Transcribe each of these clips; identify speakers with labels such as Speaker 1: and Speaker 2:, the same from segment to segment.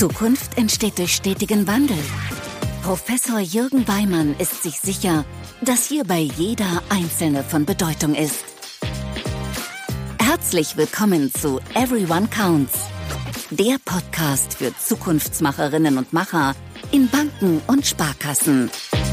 Speaker 1: Zukunft entsteht durch stetigen Wandel. Professor Jürgen Weimann ist sich sicher, dass hierbei jeder Einzelne von Bedeutung ist. Herzlich willkommen zu Everyone Counts, der Podcast für Zukunftsmacherinnen und Macher in Banken und Sparkassen.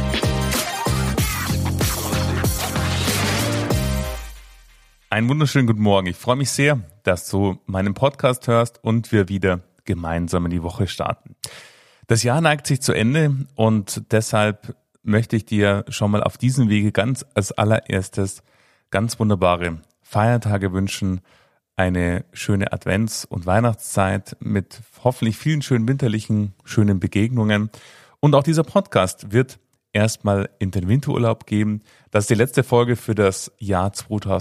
Speaker 2: Einen wunderschönen guten Morgen. Ich freue mich sehr, dass du meinen Podcast hörst und wir wieder gemeinsam in die Woche starten. Das Jahr neigt sich zu Ende und deshalb möchte ich dir schon mal auf diesem Wege ganz als allererstes ganz wunderbare Feiertage wünschen, eine schöne Advents- und Weihnachtszeit mit hoffentlich vielen schönen winterlichen, schönen Begegnungen. Und auch dieser Podcast wird erstmal in den Winterurlaub geben. Das ist die letzte Folge für das Jahr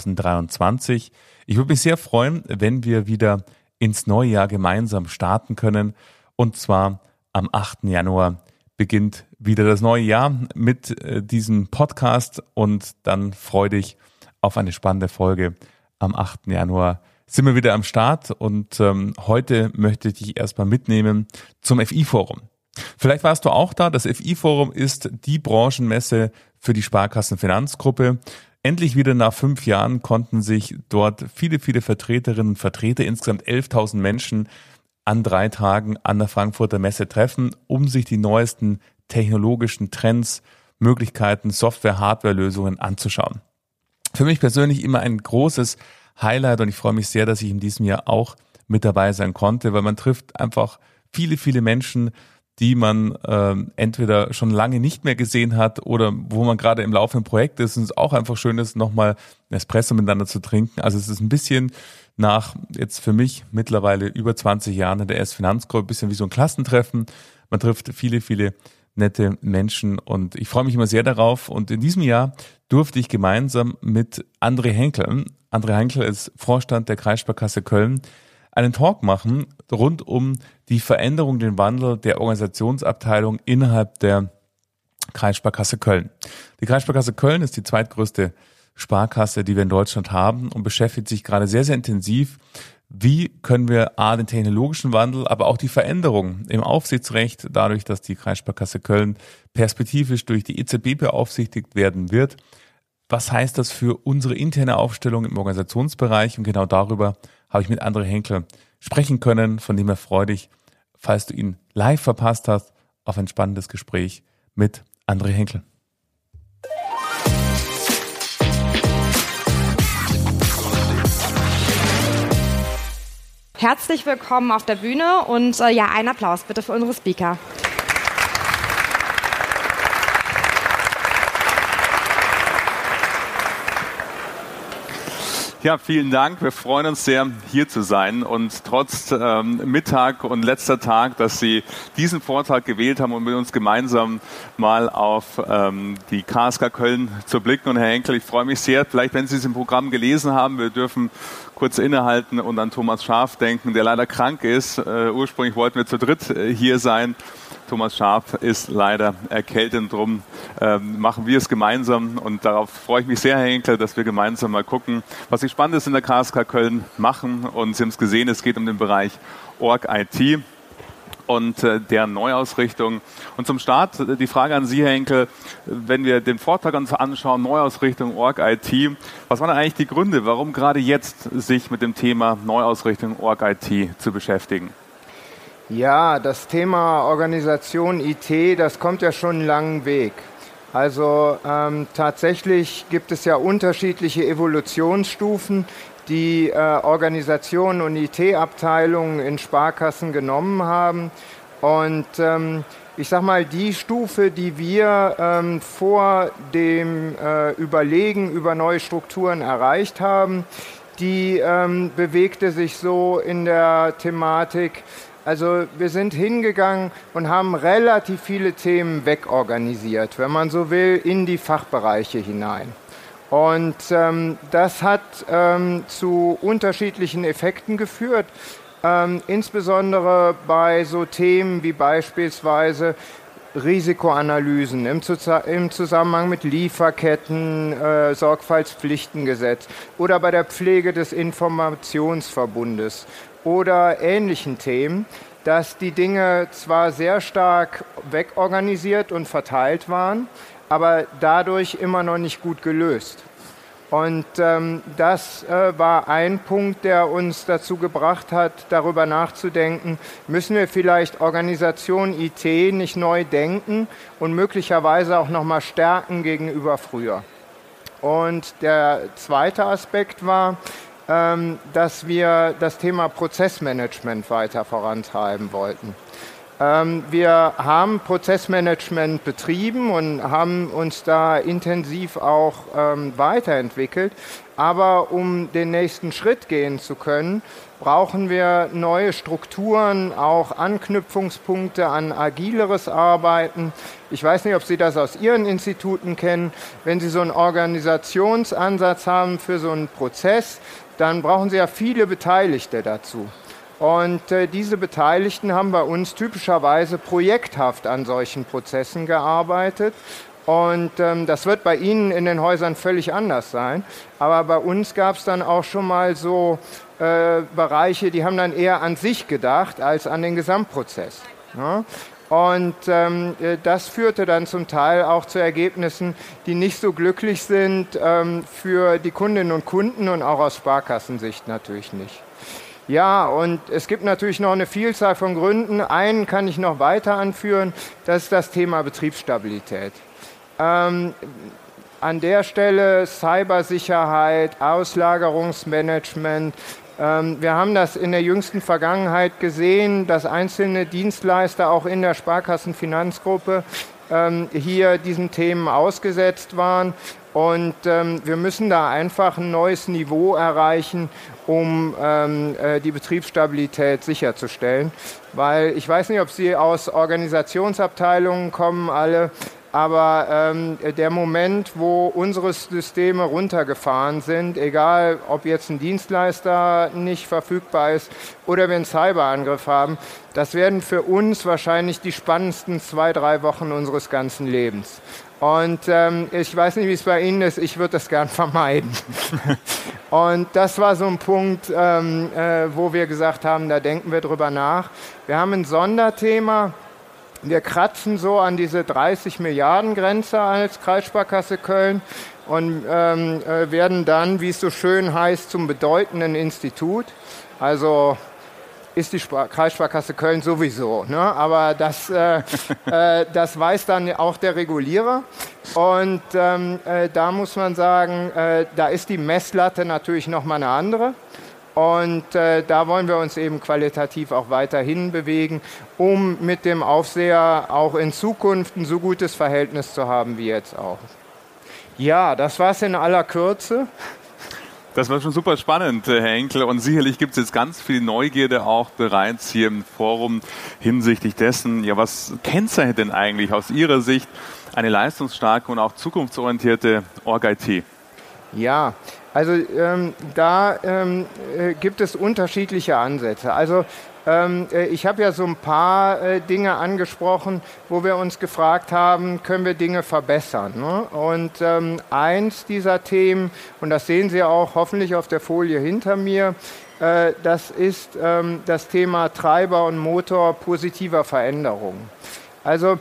Speaker 2: 2023. Ich würde mich sehr freuen, wenn wir wieder ins neue Jahr gemeinsam starten können. Und zwar am 8. Januar beginnt wieder das neue Jahr mit diesem Podcast und dann freu dich auf eine spannende Folge. Am 8. Januar sind wir wieder am Start und heute möchte ich dich erstmal mitnehmen zum FI-Forum. Vielleicht warst du auch da. Das FI-Forum ist die Branchenmesse für die Sparkassenfinanzgruppe. Endlich wieder nach 5 Jahren konnten sich dort viele Vertreterinnen und Vertreter, insgesamt 11.000 Menschen, an 3 Tagen an der Frankfurter Messe treffen, um sich die neuesten technologischen Trends, Möglichkeiten, Software-, Hardware-Lösungen anzuschauen. Für mich persönlich immer ein großes Highlight und ich freue mich sehr, dass ich in diesem Jahr auch mit dabei sein konnte, weil man trifft einfach viele Menschen, die man entweder schon lange nicht mehr gesehen hat oder wo man gerade im laufenden Projekt ist und es auch einfach schön ist, nochmal ein Espresso miteinander zu trinken. Also es ist ein bisschen nach jetzt für mich mittlerweile über 20 Jahren in der S-Finanzgruppe ein bisschen wie so ein Klassentreffen. Man trifft viele nette Menschen und ich freue mich immer sehr darauf. Und in diesem Jahr durfte ich gemeinsam mit André Henkel ist Vorstand der Kreissparkasse Köln, einen Talk machen rund um die Veränderung, den Wandel der Organisationsabteilung innerhalb der Kreissparkasse Köln. Die Kreissparkasse Köln ist die zweitgrößte Sparkasse, die wir in Deutschland haben und beschäftigt sich gerade sehr intensiv, wie können wir den technologischen Wandel, aber auch die Veränderung im Aufsichtsrecht, dadurch, dass die Kreissparkasse Köln perspektivisch durch die EZB beaufsichtigt werden wird. Was heißt das für unsere interne Aufstellung im Organisationsbereich? Und genau darüber habe ich mit André Henkel sprechen können, von dem er freudig, falls du ihn live verpasst hast, auf ein spannendes Gespräch mit André Henkel.
Speaker 3: Herzlich willkommen auf der Bühne und einen Applaus bitte für unsere Speaker.
Speaker 2: Ja, vielen Dank. Wir freuen uns sehr, hier zu sein und trotz Mittag und letzter Tag, dass Sie diesen Vortrag gewählt haben, um mit uns gemeinsam mal auf die KSK Köln zu blicken. Und Herr Henkel, ich freue mich sehr, vielleicht wenn Sie es im Programm gelesen haben, wir dürfen kurz innehalten und an Thomas Scharf denken, der leider krank ist. Ursprünglich wollten wir zu dritt hier sein. Thomas Scharf ist leider erkältet und darum machen wir es gemeinsam und darauf freue ich mich sehr, Herr Henkel, dass wir gemeinsam mal gucken, was Sie Spannendes in der KSK Köln machen und Sie haben es gesehen, es geht um den Bereich Org IT und deren Neuausrichtung. Und zum Start die Frage an Sie, Herr Henkel, wenn wir den Vortrag uns anschauen, Neuausrichtung Org IT, was waren eigentlich die Gründe, warum gerade jetzt sich mit dem Thema Neuausrichtung Org IT zu beschäftigen?
Speaker 4: Ja, das Thema Organisation IT, das kommt ja schon einen langen Weg. Also tatsächlich gibt es ja unterschiedliche Evolutionsstufen, die Organisationen und IT-Abteilungen in Sparkassen genommen haben. Und ich sag mal, die Stufe, die wir vor dem Überlegen über neue Strukturen erreicht haben, die bewegte sich so in der Thematik. Also wir sind hingegangen und haben relativ viele Themen wegorganisiert, wenn man so will, in die Fachbereiche hinein. Und das hat zu unterschiedlichen Effekten geführt, insbesondere bei so Themen wie beispielsweise Risikoanalysen im Zusammenhang mit Lieferketten, Sorgfaltspflichtengesetz oder bei der Pflege des Informationsverbundes oder ähnlichen Themen. dass die Dinge zwar sehr stark wegorganisiert und verteilt waren, aber dadurch immer noch nicht gut gelöst. Und das war ein Punkt, der uns dazu gebracht hat, darüber nachzudenken, müssen wir vielleicht Organisation IT nicht neu denken und möglicherweise auch nochmal stärken gegenüber früher. Und der zweite Aspekt war, dass wir das Thema Prozessmanagement weiter vorantreiben wollten. Wir haben Prozessmanagement betrieben und haben uns da intensiv auch weiterentwickelt. Aber um den nächsten Schritt gehen zu können, brauchen wir neue Strukturen, auch Anknüpfungspunkte an agileres Arbeiten. Ich weiß nicht, ob Sie das aus Ihren Instituten kennen. Wenn Sie so einen Organisationsansatz haben für so einen Prozess, dann brauchen Sie ja viele Beteiligte dazu. Und diese Beteiligten haben bei uns typischerweise projekthaft an solchen Prozessen gearbeitet. Und das wird bei Ihnen in den Häusern völlig anders sein. Aber bei uns gab es dann auch schon mal so Bereiche, die haben dann eher an sich gedacht als an den Gesamtprozess. Ja? Und das führte dann zum Teil auch zu Ergebnissen, die nicht so glücklich sind für die Kundinnen und Kunden und auch aus Sparkassensicht natürlich nicht. Ja, und es gibt natürlich noch eine Vielzahl von Gründen. Einen kann ich noch weiter anführen, das ist das Thema Betriebsstabilität. An der Stelle Cybersicherheit, Auslagerungsmanagement. Wir haben das in der jüngsten Vergangenheit gesehen, dass einzelne Dienstleister auch in der Sparkassenfinanzgruppe hier diesen Themen ausgesetzt waren. Und wir müssen da einfach ein neues Niveau erreichen, um die Betriebsstabilität sicherzustellen. Weil ich weiß nicht, ob Sie aus Organisationsabteilungen kommen alle, aber der Moment, wo unsere Systeme runtergefahren sind, egal ob jetzt ein Dienstleister nicht verfügbar ist oder wir einen Cyberangriff haben, das werden für uns wahrscheinlich die spannendsten 2-3 Wochen unseres ganzen Lebens. Und ich weiß nicht, wie es bei Ihnen ist, ich würde das gern vermeiden. Und das war so ein Punkt, wo wir gesagt haben, da denken wir drüber nach. Wir haben ein Sonderthema. Wir kratzen so an diese 30 Milliarden Grenze als Kreissparkasse Köln und werden dann, wie es so schön heißt, zum bedeutenden Institut. Also ist die Kreissparkasse Köln sowieso, ne? Aber das weiß dann auch der Regulierer. Und da muss man sagen, da ist die Messlatte natürlich nochmal eine andere. Und da wollen wir uns eben qualitativ auch weiterhin bewegen, um mit dem Aufseher auch in Zukunft ein so gutes Verhältnis zu haben wie jetzt auch. Ja, das war's in aller Kürze.
Speaker 2: Das war schon super spannend, Herr Henkel. Und sicherlich gibt es jetzt ganz viel Neugierde auch bereits hier im Forum hinsichtlich dessen, ja, was kennzeichnet denn eigentlich aus Ihrer Sicht eine leistungsstarke und auch zukunftsorientierte Org-IT?
Speaker 4: Ja, also da gibt es unterschiedliche Ansätze. Also ich habe ja so ein paar Dinge angesprochen, wo wir uns gefragt haben, können wir Dinge verbessern, ne? Und eins dieser Themen, und das sehen Sie auch hoffentlich auf der Folie hinter mir, das ist das Thema Treiber und Motor positiver Veränderungen. Also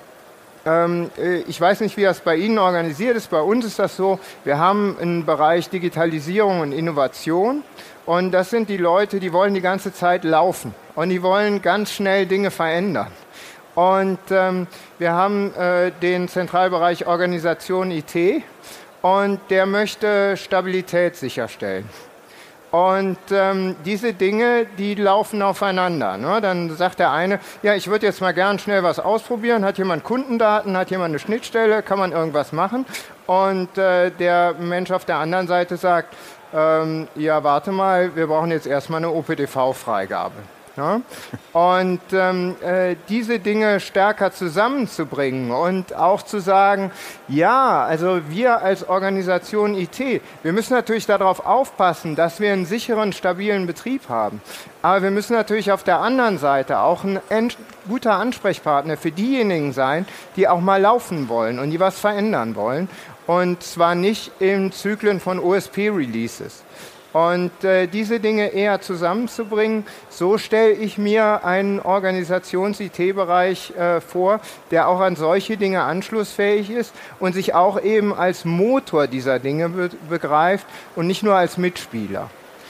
Speaker 4: ich weiß nicht, wie das bei Ihnen organisiert ist. Bei uns ist das so, wir haben einen Bereich Digitalisierung und Innovation und das sind die Leute, die wollen die ganze Zeit laufen und die wollen ganz schnell Dinge verändern. Und wir haben den Zentralbereich Organisation IT und der möchte Stabilität sicherstellen. Und diese Dinge, die laufen aufeinander. Ne? Dann sagt der eine, ja, ich würde jetzt mal gern schnell was ausprobieren. Hat jemand Kundendaten, hat jemand eine Schnittstelle, kann man irgendwas machen? Und der Mensch auf der anderen Seite sagt, ja, warte mal, wir brauchen jetzt erstmal eine OPDV-Freigabe. Ja? Und diese Dinge stärker zusammenzubringen und auch zu sagen, ja, also wir als Organisation IT, wir müssen natürlich darauf aufpassen, dass wir einen sicheren, stabilen Betrieb haben. Aber wir müssen natürlich auf der anderen Seite auch ein guter Ansprechpartner für diejenigen sein, die auch mal laufen wollen und die was verändern wollen. Und zwar nicht in Zyklen von OSP-Releases. Und diese Dinge eher zusammenzubringen, so stelle ich mir einen Organisations-IT-Bereich vor, der auch an solche Dinge anschlussfähig ist und sich auch eben als Motor dieser Dinge begreift und nicht nur als Mitspieler.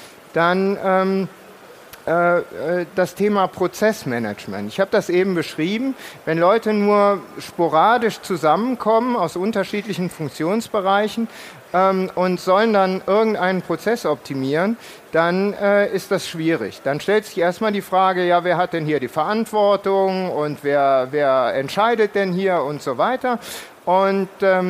Speaker 4: Dann das Thema Prozessmanagement. Ich habe das eben beschrieben. Wenn Leute nur sporadisch zusammenkommen aus unterschiedlichen Funktionsbereichen und sollen dann irgendeinen Prozess optimieren, dann ist das schwierig. Dann stellt sich erstmal die Frage, ja, wer hat denn hier die Verantwortung und wer entscheidet denn hier und so weiter. Und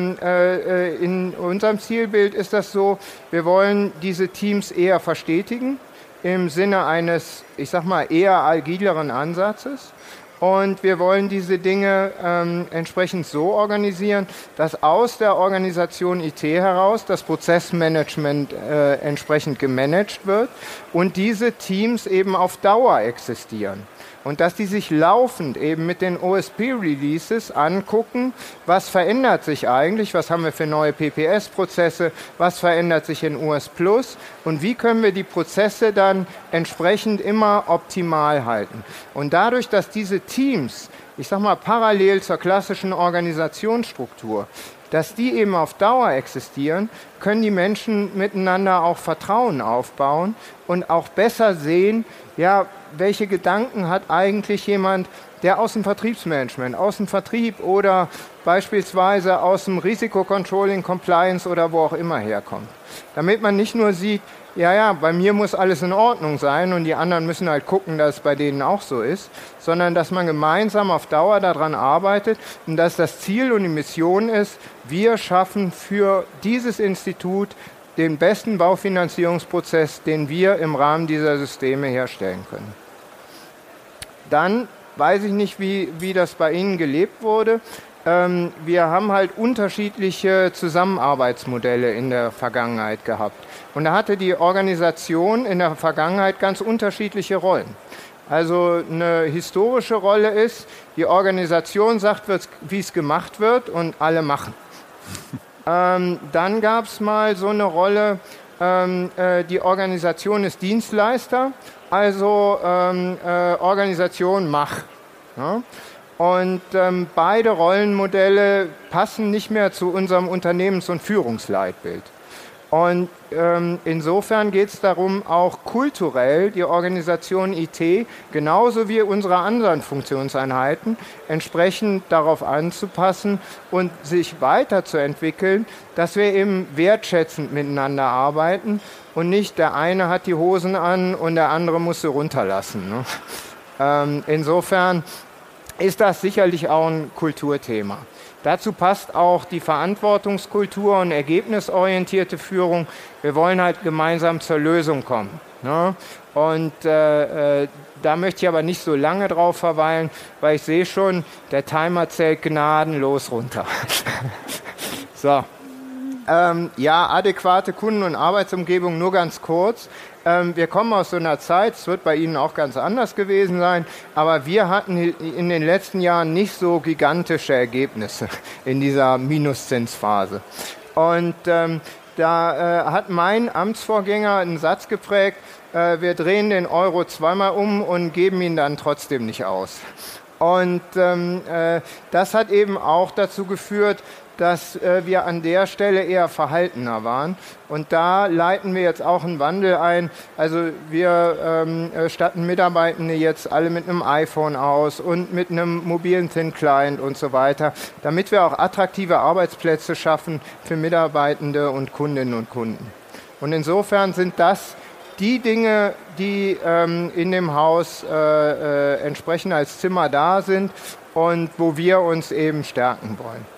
Speaker 4: in unserem Zielbild ist das so, wir wollen diese Teams eher verstetigen, im Sinne eines, ich sag mal, eher agileren Ansatzes. Und wir wollen diese Dinge entsprechend so organisieren, dass aus der Organisation IT heraus das Prozessmanagement entsprechend gemanagt wird und diese Teams eben auf Dauer existieren. Und dass die sich laufend eben mit den OSP-Releases angucken, was verändert sich eigentlich, was haben wir für neue PPS-Prozesse, was verändert sich in US Plus und wie können wir die Prozesse dann entsprechend immer optimal halten. Und dadurch, dass diese Teams, ich sag mal parallel zur klassischen Organisationsstruktur, dass die eben auf Dauer existieren, können die Menschen miteinander auch Vertrauen aufbauen und auch besser sehen, ja, welche Gedanken hat eigentlich jemand, der aus dem Vertriebsmanagement, aus dem Vertrieb oder beispielsweise aus dem Risikocontrolling, Compliance oder wo auch immer herkommt. Damit man nicht nur sieht, ja, bei mir muss alles in Ordnung sein und die anderen müssen halt gucken, dass es bei denen auch so ist, sondern dass man gemeinsam auf Dauer daran arbeitet und dass das Ziel und die Mission ist, wir schaffen für dieses Institut den besten Baufinanzierungsprozess, den wir im Rahmen dieser Systeme herstellen können. Dann weiß ich nicht, wie das bei Ihnen gelebt wurde. Wir haben halt unterschiedliche Zusammenarbeitsmodelle in der Vergangenheit gehabt. Und da hatte die Organisation in der Vergangenheit ganz unterschiedliche Rollen. Also eine historische Rolle ist, die Organisation sagt, wie es gemacht wird und alle machen. Dann gab es mal so eine Rolle, die Organisation ist Dienstleister, also Organisation mach. Ja? Und beide Rollenmodelle passen nicht mehr zu unserem Unternehmens- und Führungsleitbild. Und insofern geht es darum, auch kulturell die Organisation IT, genauso wie unsere anderen Funktionseinheiten, entsprechend darauf anzupassen und sich weiterzuentwickeln, dass wir eben wertschätzend miteinander arbeiten und nicht der eine hat die Hosen an und der andere muss sie runterlassen. Ne? Insofern ist das sicherlich auch ein Kulturthema. Dazu passt auch die Verantwortungskultur und ergebnisorientierte Führung. Wir wollen halt gemeinsam zur Lösung kommen. Ne? Und da möchte ich aber nicht so lange drauf verweilen, weil ich sehe schon, der Timer zählt gnadenlos runter. So. Ja, adäquate Kunden- und Arbeitsumgebung, nur ganz kurz. Wir kommen aus so einer Zeit, es wird bei Ihnen auch ganz anders gewesen sein, aber wir hatten in den letzten Jahren nicht so gigantische Ergebnisse in dieser Minuszinsphase. Und da hat mein Amtsvorgänger einen Satz geprägt, wir drehen den Euro zweimal um und geben ihn dann trotzdem nicht aus. Und das hat eben auch dazu geführt, dass wir an der Stelle eher verhaltener waren. Und da leiten wir jetzt auch einen Wandel ein. Also wir statten Mitarbeitende jetzt alle mit einem iPhone aus und mit einem mobilen Thin-Client und so weiter, damit wir auch attraktive Arbeitsplätze schaffen für Mitarbeitende und Kundinnen und Kunden. Und insofern sind das die Dinge, die in dem Haus entsprechend als Zimmer da sind und wo wir uns eben stärken wollen.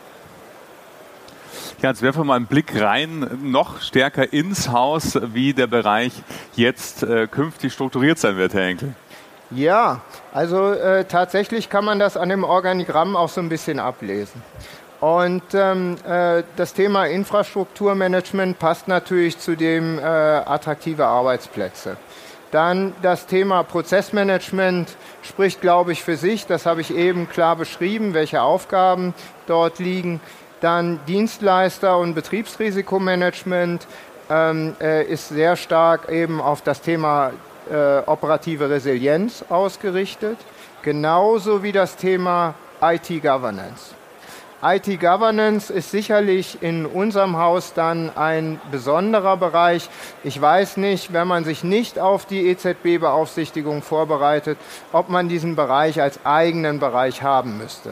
Speaker 2: Ja, jetzt werfen wir mal einen Blick rein, noch stärker ins Haus, wie der Bereich jetzt künftig strukturiert sein wird, Herr Henkel.
Speaker 4: Ja, also tatsächlich kann man das an dem Organigramm auch so ein bisschen ablesen. Und das Thema Infrastrukturmanagement passt natürlich zu dem attraktive Arbeitsplätze. Dann das Thema Prozessmanagement spricht, glaube ich, für sich. Das habe ich eben klar beschrieben, welche Aufgaben dort liegen. Dann Dienstleister- und Betriebsrisikomanagement ist sehr stark eben auf das Thema operative Resilienz ausgerichtet, genauso wie das Thema IT-Governance. IT-Governance ist sicherlich in unserem Haus dann ein besonderer Bereich. Ich weiß nicht, wenn man sich nicht auf die EZB-Beaufsichtigung vorbereitet, ob man diesen Bereich als eigenen Bereich haben müsste.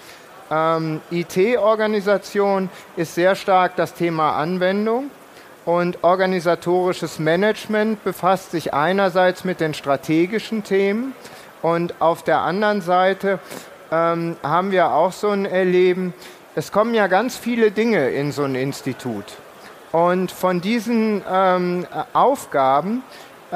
Speaker 4: IT-Organisation ist sehr stark das Thema Anwendung und organisatorisches Management befasst sich einerseits mit den strategischen Themen und auf der anderen Seite haben wir auch so ein Erleben, es kommen ja ganz viele Dinge in so ein Institut. Und von diesen Aufgaben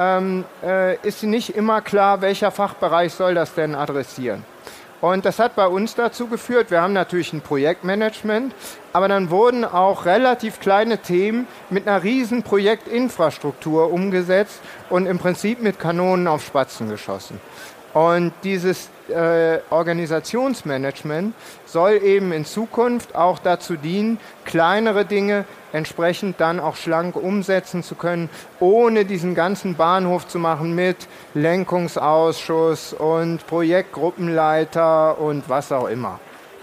Speaker 4: ist nicht immer klar, welcher Fachbereich soll das denn adressieren. Und das hat bei uns dazu geführt, wir haben natürlich ein Projektmanagement, aber dann wurden auch relativ kleine Themen mit einer riesen Projektinfrastruktur umgesetzt und im Prinzip mit Kanonen auf Spatzen geschossen. Und dieses Organisationsmanagement soll eben in Zukunft auch dazu dienen, kleinere Dinge entsprechend dann auch schlank umsetzen zu können, ohne diesen ganzen Bahnhof zu machen mit Lenkungsausschuss und Projektgruppenleiter und was auch immer.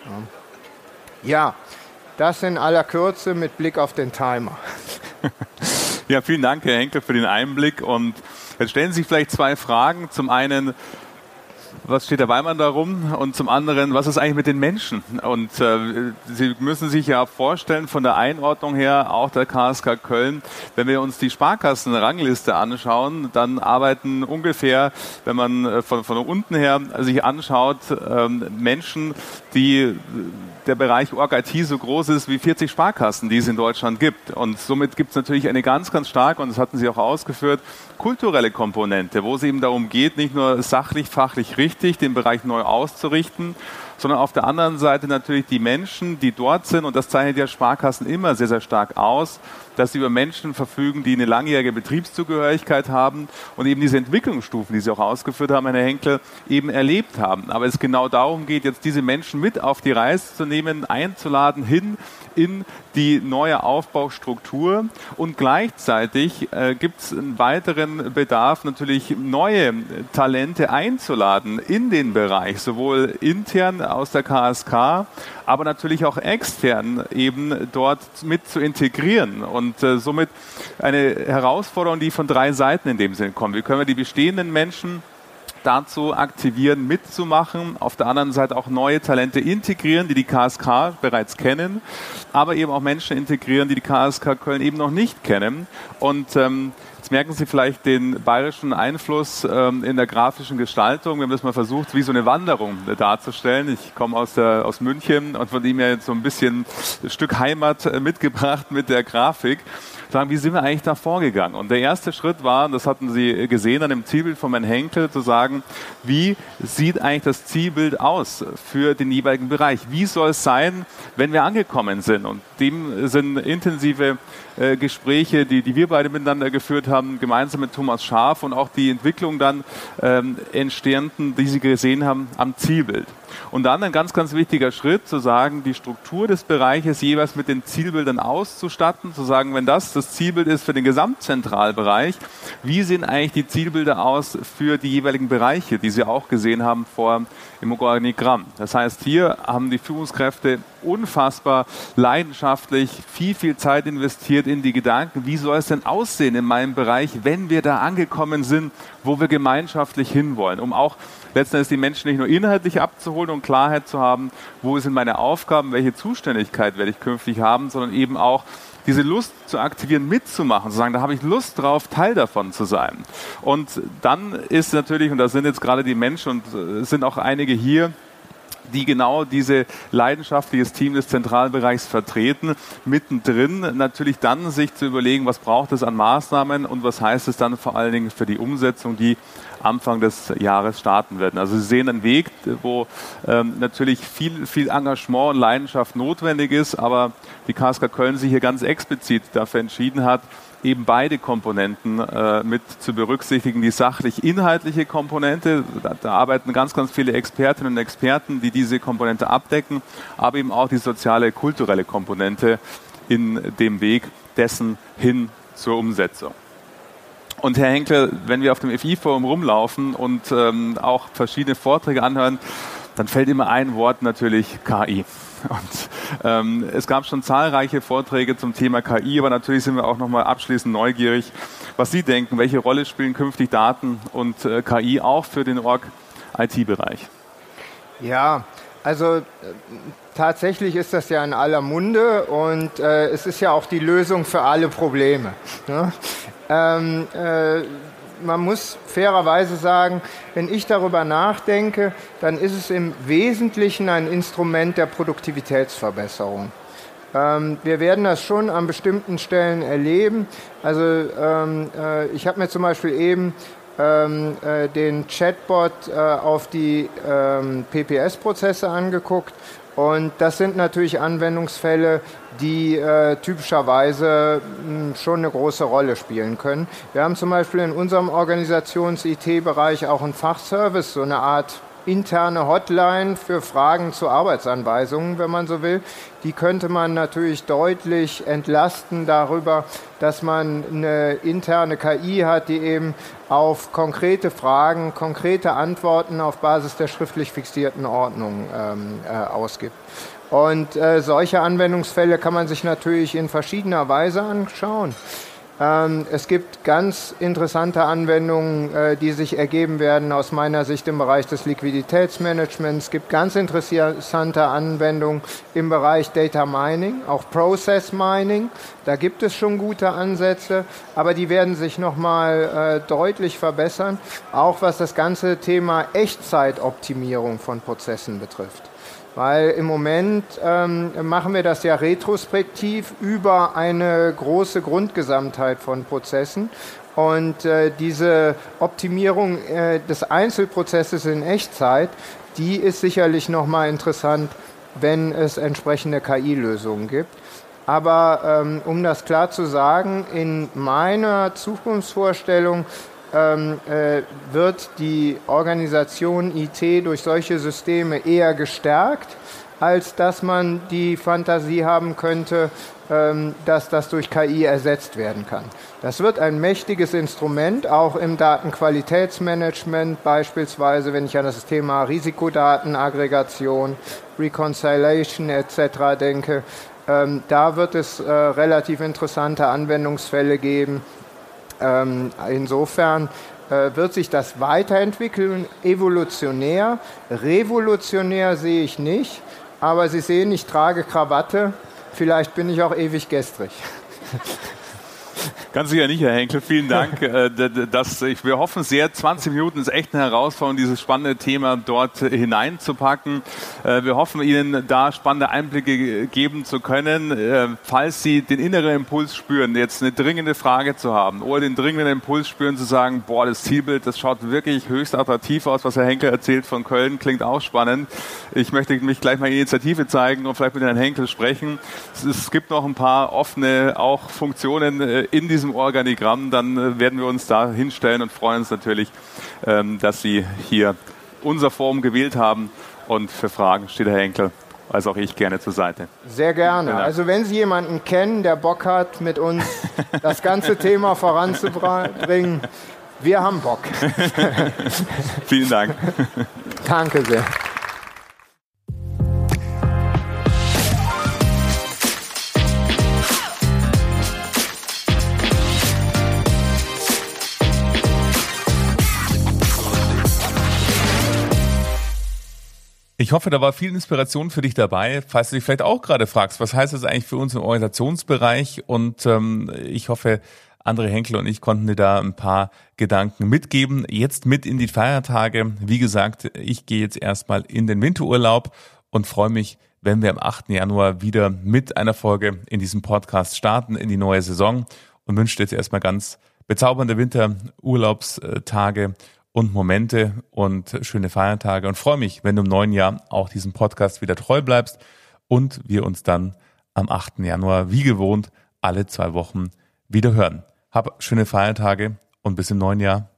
Speaker 4: Ja, das in aller Kürze mit Blick auf den Timer.
Speaker 2: Ja, vielen Dank, Herr Henkel, für den Einblick. Und jetzt stellen Sie sich vielleicht zwei Fragen. Zum einen, was steht der Weimann da rum? Und zum anderen, was ist eigentlich mit den Menschen? Und Sie müssen sich ja vorstellen, von der Einordnung her, auch der KSK Köln, wenn wir uns die Sparkassenrangliste anschauen, dann arbeiten ungefähr, wenn man von unten her sich anschaut, Menschen, die der Bereich Org-IT so groß ist wie 40 Sparkassen, die es in Deutschland gibt. Und somit gibt es natürlich eine ganz, ganz starke, und das hatten Sie auch ausgeführt, kulturelle Komponente, wo es eben darum geht, nicht nur sachlich, fachlich richtig den Bereich neu auszurichten, sondern auf der anderen Seite natürlich die Menschen, die dort sind, und das zeichnet ja Sparkassen immer sehr, sehr stark aus, dass sie über Menschen verfügen, die eine langjährige Betriebszugehörigkeit haben und eben diese Entwicklungsstufen, die Sie auch ausgeführt haben, Herr Henkel, eben erlebt haben. Aber es genau darum geht, jetzt diese Menschen mit auf die Reise zu nehmen, einzuladen hin in die neue Aufbaustruktur, und gleichzeitig gibt es einen weiteren Bedarf, natürlich neue Talente einzuladen in den Bereich, sowohl intern aus der KSK, aber natürlich auch extern eben dort mit zu integrieren, und somit eine Herausforderung, die von drei Seiten in dem Sinne kommt. Wie können wir die bestehenden Menschen dazu aktivieren, mitzumachen, auf der anderen Seite auch neue Talente integrieren, die die KSK bereits kennen, aber eben auch Menschen integrieren, die die KSK Köln eben noch nicht kennen. Und jetzt merken Sie vielleicht den bayerischen Einfluss in der grafischen Gestaltung. Wir haben das mal versucht, wie so eine Wanderung darzustellen. Ich komme aus München und von dem her jetzt so ein bisschen ein Stück Heimat mitgebracht mit der Grafik. Sagen, wie sind wir eigentlich da vorgegangen? Und der erste Schritt war, das hatten Sie gesehen an dem Zielbild von Herrn Henkel, zu sagen, wie sieht eigentlich das Zielbild aus für den jeweiligen Bereich? Wie soll es sein, wenn wir angekommen sind? Und dem sind intensive Gespräche, die wir beide miteinander geführt haben, gemeinsam mit Thomas Scharf, und auch die Entwicklung dann entstanden, die Sie gesehen haben, am Zielbild. Und dann ein ganz, ganz wichtiger Schritt, zu sagen, die Struktur des Bereiches jeweils mit den Zielbildern auszustatten, zu sagen, wenn das Zielbild ist für den Gesamtzentralbereich, wie sehen eigentlich die Zielbilder aus für die jeweiligen Bereiche, die Sie auch gesehen haben im Organigramm. Das heißt, hier haben die Führungskräfte unfassbar leidenschaftlich viel Zeit investiert in die Gedanken, wie soll es denn aussehen in meinem Bereich, wenn wir da angekommen sind, wo wir gemeinschaftlich hinwollen, um auch letzten Endes die Menschen nicht nur inhaltlich abzuholen und Klarheit zu haben, wo sind meine Aufgaben, welche Zuständigkeit werde ich künftig haben, sondern eben auch diese Lust zu aktivieren, mitzumachen, zu sagen, da habe ich Lust drauf, Teil davon zu sein. Und dann ist natürlich, und da sind jetzt gerade die Menschen und es sind auch einige hier, die genau diese leidenschaftliches Team des Zentralbereichs vertreten, mittendrin natürlich dann sich zu überlegen, was braucht es an Maßnahmen und was heißt es dann vor allen Dingen für die Umsetzung, die Anfang des Jahres starten werden. Also Sie sehen einen Weg, wo natürlich viel Engagement und Leidenschaft notwendig ist, aber die KSK Köln sich hier ganz explizit dafür entschieden hat, eben beide Komponenten mit zu berücksichtigen. Die sachlich-inhaltliche Komponente, da arbeiten ganz, ganz viele Expertinnen und Experten, die diese Komponente abdecken, aber eben auch die soziale, kulturelle Komponente in dem Weg dessen hin zur Umsetzung. Und Herr Henkel, wenn wir auf dem FI-Forum rumlaufen und auch verschiedene Vorträge anhören, dann fällt immer ein Wort natürlich KI. Und es gab schon zahlreiche Vorträge zum Thema KI, aber natürlich sind wir auch nochmal abschließend neugierig, was Sie denken, welche Rolle spielen künftig Daten und KI auch für den Org-IT-Bereich?
Speaker 4: Ja, also tatsächlich ist das ja in aller Munde und es ist ja auch die Lösung für alle Probleme. Ne? Man muss fairerweise sagen, wenn ich darüber nachdenke, dann ist es im Wesentlichen ein Instrument der Produktivitätsverbesserung. Wir werden das schon an bestimmten Stellen erleben. Also ich habe mir zum Beispiel eben den Chatbot auf die PPS-Prozesse angeguckt. Und das sind natürlich Anwendungsfälle, die typischerweise schon eine große Rolle spielen können. Wir haben zum Beispiel in unserem Organisations-IT-Bereich auch einen Fachservice, so eine Art interne Hotline für Fragen zu Arbeitsanweisungen, wenn man so will. Die könnte man natürlich deutlich entlasten darüber, dass man eine interne KI hat, die eben auf konkrete Fragen, konkrete Antworten auf Basis der schriftlich fixierten Ordnung ausgibt. Und solche Anwendungsfälle kann man sich natürlich in verschiedener Weise anschauen. Es gibt ganz interessante Anwendungen, die sich ergeben werden aus meiner Sicht im Bereich des Liquiditätsmanagements. Es gibt ganz interessante Anwendungen im Bereich Data Mining, auch Process Mining. Da gibt es schon gute Ansätze, aber die werden sich nochmal deutlich verbessern, auch was das ganze Thema Echtzeitoptimierung von Prozessen betrifft. Weil im Moment machen wir das ja retrospektiv über eine große Grundgesamtheit von Prozessen. Und diese Optimierung des Einzelprozesses in Echtzeit, die ist sicherlich nochmal interessant, wenn es entsprechende KI-Lösungen gibt. Aber um das klar zu sagen, in meiner Zukunftsvorstellung wird die Organisation IT durch solche Systeme eher gestärkt, als dass man die Fantasie haben könnte, dass das durch KI ersetzt werden kann. Das wird ein mächtiges Instrument, auch im Datenqualitätsmanagement, beispielsweise, wenn ich an das Thema Risikodatenaggregation, Reconciliation etc. denke. Da wird es relativ interessante Anwendungsfälle geben. Insofern wird sich das weiterentwickeln, evolutionär. Revolutionär sehe ich nicht, aber Sie sehen, ich trage Krawatte, vielleicht bin ich auch ewig gestrig.
Speaker 2: Ganz sicher nicht, Herr Henkel. Vielen Dank. Wir hoffen sehr, 20 Minuten ist echt eine Herausforderung, dieses spannende Thema dort hineinzupacken. Wir hoffen, Ihnen da spannende Einblicke geben zu können. Falls Sie den inneren Impuls spüren, jetzt eine dringende Frage zu haben oder den dringenden Impuls spüren, zu sagen, boah, das Zielbild, das schaut wirklich höchst attraktiv aus, was Herr Henkel erzählt von Köln, klingt auch spannend. Ich möchte mich gleich mal Initiative zeigen und vielleicht mit Herrn Henkel sprechen. Es gibt noch ein paar offene auch Funktionen in diesem Organigramm, dann werden wir uns da hinstellen und freuen uns natürlich, dass Sie hier unser Forum gewählt haben, und für Fragen steht Herr Henkel, als auch ich, gerne zur Seite.
Speaker 4: Sehr gerne. Also wenn Sie jemanden kennen, der Bock hat, mit uns das ganze Thema voranzubringen, wir haben Bock.
Speaker 2: Vielen Dank.
Speaker 4: Danke sehr.
Speaker 2: Ich hoffe, da war viel Inspiration für dich dabei, falls du dich vielleicht auch gerade fragst, was heißt das eigentlich für uns im Organisationsbereich? Und ich hoffe, André Henkel und ich konnten dir da ein paar Gedanken mitgeben. Jetzt mit in die Feiertage. Wie gesagt, ich gehe jetzt erstmal in den Winterurlaub und freue mich, wenn wir am 8. Januar wieder mit einer Folge in diesem Podcast starten in die neue Saison, und wünsche dir jetzt erstmal ganz bezaubernde Winterurlaubstage und Momente und schöne Feiertage, und freue mich, wenn du im neuen Jahr auch diesem Podcast wieder treu bleibst und wir uns dann am 8. Januar wie gewohnt alle 2 Wochen wieder hören. Hab schöne Feiertage und bis im neuen Jahr.